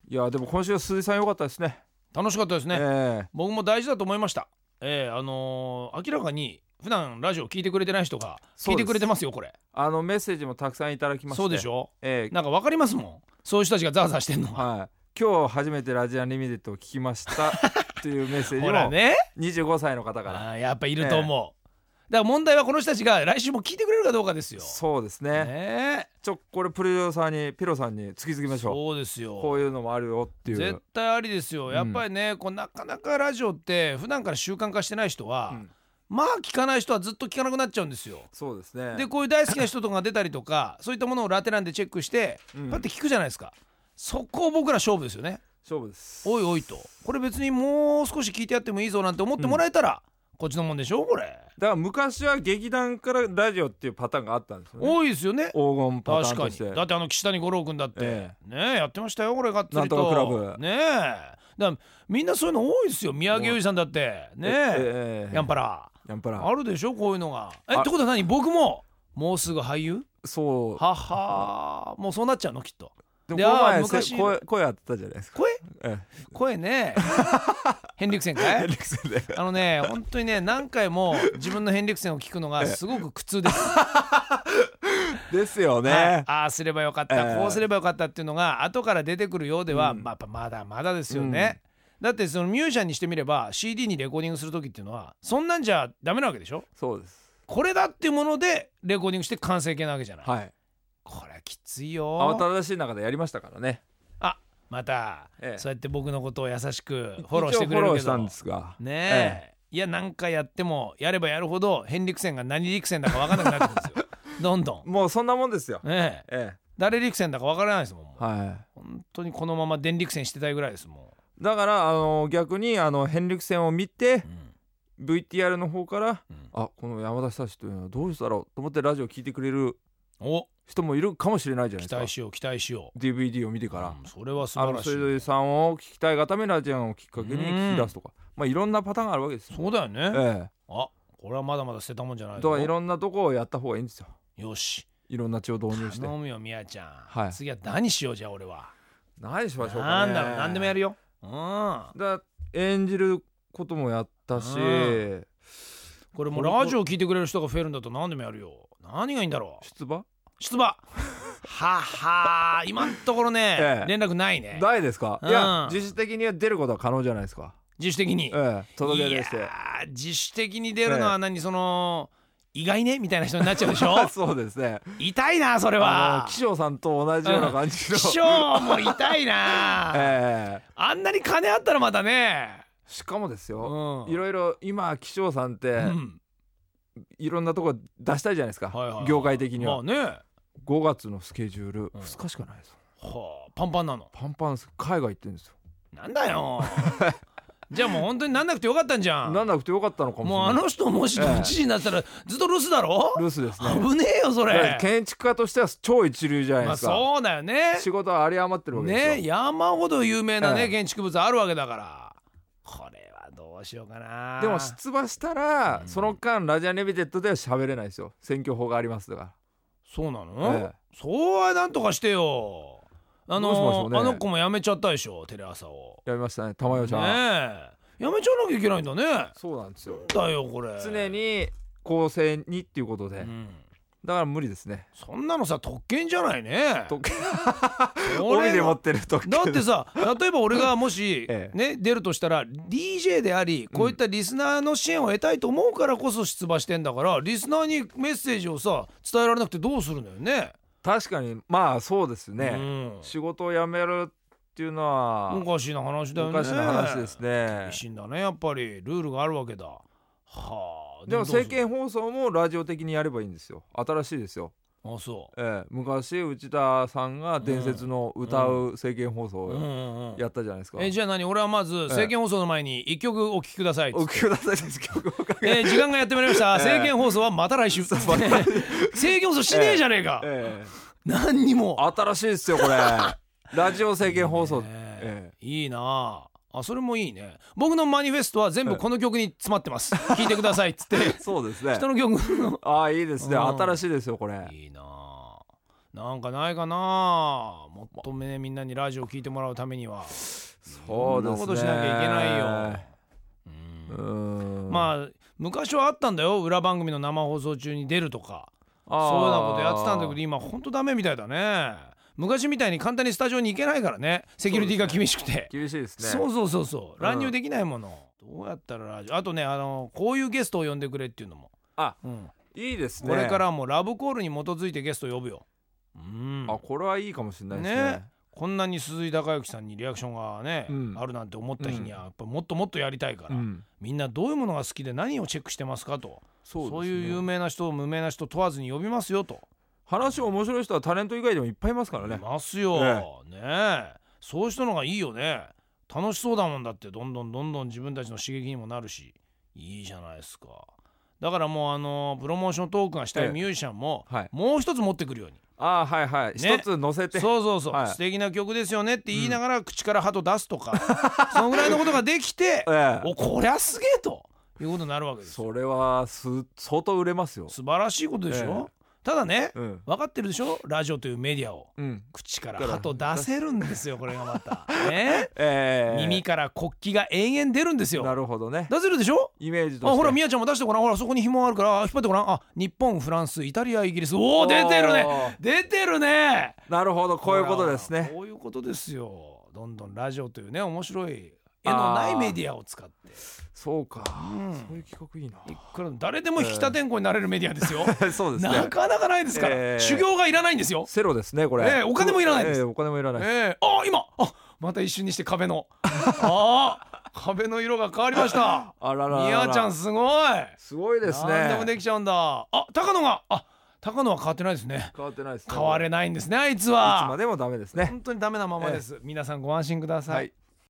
いやでも今週は鈴井さん良かったですね。 楽しかったですね、僕も大事だと思いました。明らかに普段ラジオ聞いてくれてない人が聞いてくれてますよ。これメッセージもたくさんいただきまして。 そうでしょ、なんか分かりますもん、そういう人たちがザーザーしてんのが、 はい、今日初めてラジアンリミテッドを聞きましたというメッセージほらもね、 25歳の方からやっぱいると思う、だから問題はこの人たちが来週も聞いてくれるかどうかですよ。 そうですね、これプロデューサーにピロさんに突きつけましょう。 そうですよ、 こういうのもあるよっていう。 絶対ありですよ。やっぱりね、こうなかなかラジオって普段から習慣化してない人は、まあ聞かない人はずっと聞かなくなっちゃうんですよ。 そうですね。 でこういう大好きな人とかが出たりとかそういったものをラテ欄でチェックして、パッて聞くじゃないですか。そこを僕ら勝負ですよね。 勝負です。 おいおいと、これ別にもう少し聞いてやってもいいぞなんて思ってもらえたら、こっちのもんでしょこれ。 だから昔は劇団からラジオっていうパターンがあったんですよね。 多いですよね、 黄金パターンとして。 確かに。だって岸谷五郎君だって、ねやってましたよこれがっつりと。 なんとかクラブねだからみんなそういうの多いですよ。宮城裕二さんだってねヤンパラあるでしょこういうのが。ってことは何、僕ももうすぐ俳優。 そうははもうそうなっちゃうのきっと。 でもこの前昔声あったじゃないですか。 声ね変陸線かい。本当にね何回も自分の変陸線を聞くのがすごく苦痛ですですよね、 ああすればよかった、こうすればよかったっていうのが後から出てくるようでは、まだまだですよね、だってそのミュージシャンにしてみれば CD にレコーディングする時っていうのはそんなんじゃダメなわけでしょ。 そうです。 これだっていうものでレコーディングして完成形なわけじゃない。 はい、 これはきついよ。 慌ただしい中でやりましたからね。 また、そうやって僕のことを優しくフォローしてくれるけど、 一応フォローしたんですがねいや何回やってもやればやるほど変陸線が何陸線だか分からなくなってくるんですよどんどん。 もうそんなもんですよ。 誰陸線だか分からないですもん。 はい、 本当にこのまま電陸線してたいぐらいですもん。 だから逆に変陸線を見て、VTR の方から、この山田久志というのはどうしたろうと思ってラジオ聞いてくれる人もいるかもしれないじゃないですか。 期待しよう DVD を見てから、 それは素晴らしい。 鈴井さんを聞きたいがためラジオをきっかけに聞き出すとか、いろんなパターンがあるわけですよ。 そうだよね、これはまだまだ捨てたもんじゃないぞ。 だからいろんなとこをやった方がいいんですよ。 よし、 いろんな血を導入して。 頼むよみやちゃん、次は何しよう。じゃあ俺は何しましょうかね。 なんだろう、何でもやるよ。 だ演じることもやったし、 これもラジオ聞いてくれる人が増えるんだと何でもやるよ。何がいいんだろう。 出馬今んところね、連絡ないね。 ないですか。いや自主的には出ることは可能じゃないですか。 自主的に、 届け出して。 自主的に出るのは何、その意外ねみたいな人になっちゃうでしょそうですね。 痛いなそれは。 気象さんと同じような感じの、 気象も痛いなあんなに金あったらまたね。 しかもですよ、いろいろ今気象さんって、いろんなとこ出したいじゃないですか、業界的には。5月のスケジュール2日しかないです。 パンパンなの。 パンパンです。海外行ってるんですよ。 なんだよじゃあもう本当になんなくてよかったんじゃん。 なんなくてよかったのかもしれない。 もう人もし都知事になったらずっと留守だろ。 留守ですね。 危ねえよそれ。 建築家としては超一流じゃないですか。 そうだよね。 仕事は有り余ってるわけですよね。山ほど有名な建築物あるわけだから、これはどうしようかな。 でも出馬したら、その間ラジアンリミテッドでは喋れないですよ。選挙法がありますだから。 そうなの、そうはなんとかしてよ。 どうしましょうね。 あの子も辞めちゃったでしょ、テレ朝を。 辞めましたね、玉代ちゃん。 辞めちゃわなきゃいけないんだね。 そうなんですよ。 だよこれ。 常に公正にっていうことで、だから無理ですね。 そんなのさ特権じゃないね。 特権帯で持ってる特権だってさ、例えば俺がもし、出るとしたら DJ であり、こういったリスナーの支援を得たいと思うからこそ出馬してんだから、リスナーにメッセージをさ伝えられなくてどうするのよね。 確かにそうですね、仕事を辞めるっていうのはおかしな話だよね。 おかしな話ですね。 厳しいんだねやっぱり。ルールがあるわけだ。 でも政見放送もラジオ的にやればいいんですよ。新しいですよ。 そう、 昔内田さんが伝説の歌う政見放送をやったじゃないですか。 じゃあ俺はまず政見放送の前に1曲お聴きください。 お聴きくださいです。曲をかけ時間がやってまいりました。政見放送はまた来週。政見放送しねえじゃねえか。何にも新しいですよこれラジオ政見放送。 いいなあ。それもいいね。僕のマニフェストは全部この曲に詰まってます。聞いてくださいっつってそうですね。 人の曲のいいですね。新しいですよこれ。 いいなあ。 なんかないかな。もっとねみんなにラジオ聞いてもらうためにはそうですね、 そんなことしなきゃいけないよ。まあ昔はあったんだよ、裏番組の生放送中に出るとか、そういうようなことやってたんだけど、今ほんとダメみたいだね。昔みたいに簡単にスタジオに行けないからね、セキュリティが厳しくて、 厳しいですね。 そう乱入できないもの、どうやったらラジオ、あとねこういうゲストを呼んでくれっていうのも、 いいですね。 これからもラブコールに基づいてゲスト呼ぶよ。 これはいいかもしれないですね。 こんなに鈴井貴之さんにリアクションがね、あるなんて思った日にはやっぱもっともっとやりたいから、みんなどういうものが好きで何をチェックしてますかと、そういう有名な人無名な人問わずに呼びますよと。 話面白い人はタレント以外でもいっぱいいますからね。 いますよ、ね。そういう人のがいいよね。楽しそうだもんだって。どんどん自分たちの刺激にもなるし、いいじゃないですか。だからもうプロモーショントークがしたいミュージシャンも、もう一つ持ってくるように、 一つ載せて、 素敵な曲ですよねって言いながら口から鳩出すとか、そのぐらいのことができて、こりゃすげえということになるわけですよ。 それは相当売れますよ。 素晴らしいことでしょ。ただね、分かってるでしょ、ラジオというメディアを、口から鳩出せるんですよ、これがまたね、耳から国旗が延々出るんですよ。 なるほどね。 出せるでしょ、 イメージとして。 ほらみやちゃんも出してごらん。ほらそこに紐あるから引っ張ってごらん。日本、フランス、イタリア、イギリス。おお、出てるね。 なるほど、こういうことですね。 こういうことですよ。どんどんラジオというね面白い絵のないメディアを使って。 そうか、そういう企画いいな。 いくら誰でも引田天候になれるメディアですよ。 そうですね。 なかなかないですから、修行がいらないんですよ。 セロですねこれ。 お金もいらないです。 お金もいらない。 今また一瞬にして壁の壁の色が変わりました。みやちゃんすごいですね。何でもできちゃうんだ。高野は変わってないですね。 変わってないですね。 変われないんですね、あいつは。 いつまでもダメですね。 本当にダメなままです。皆さんご安心ください。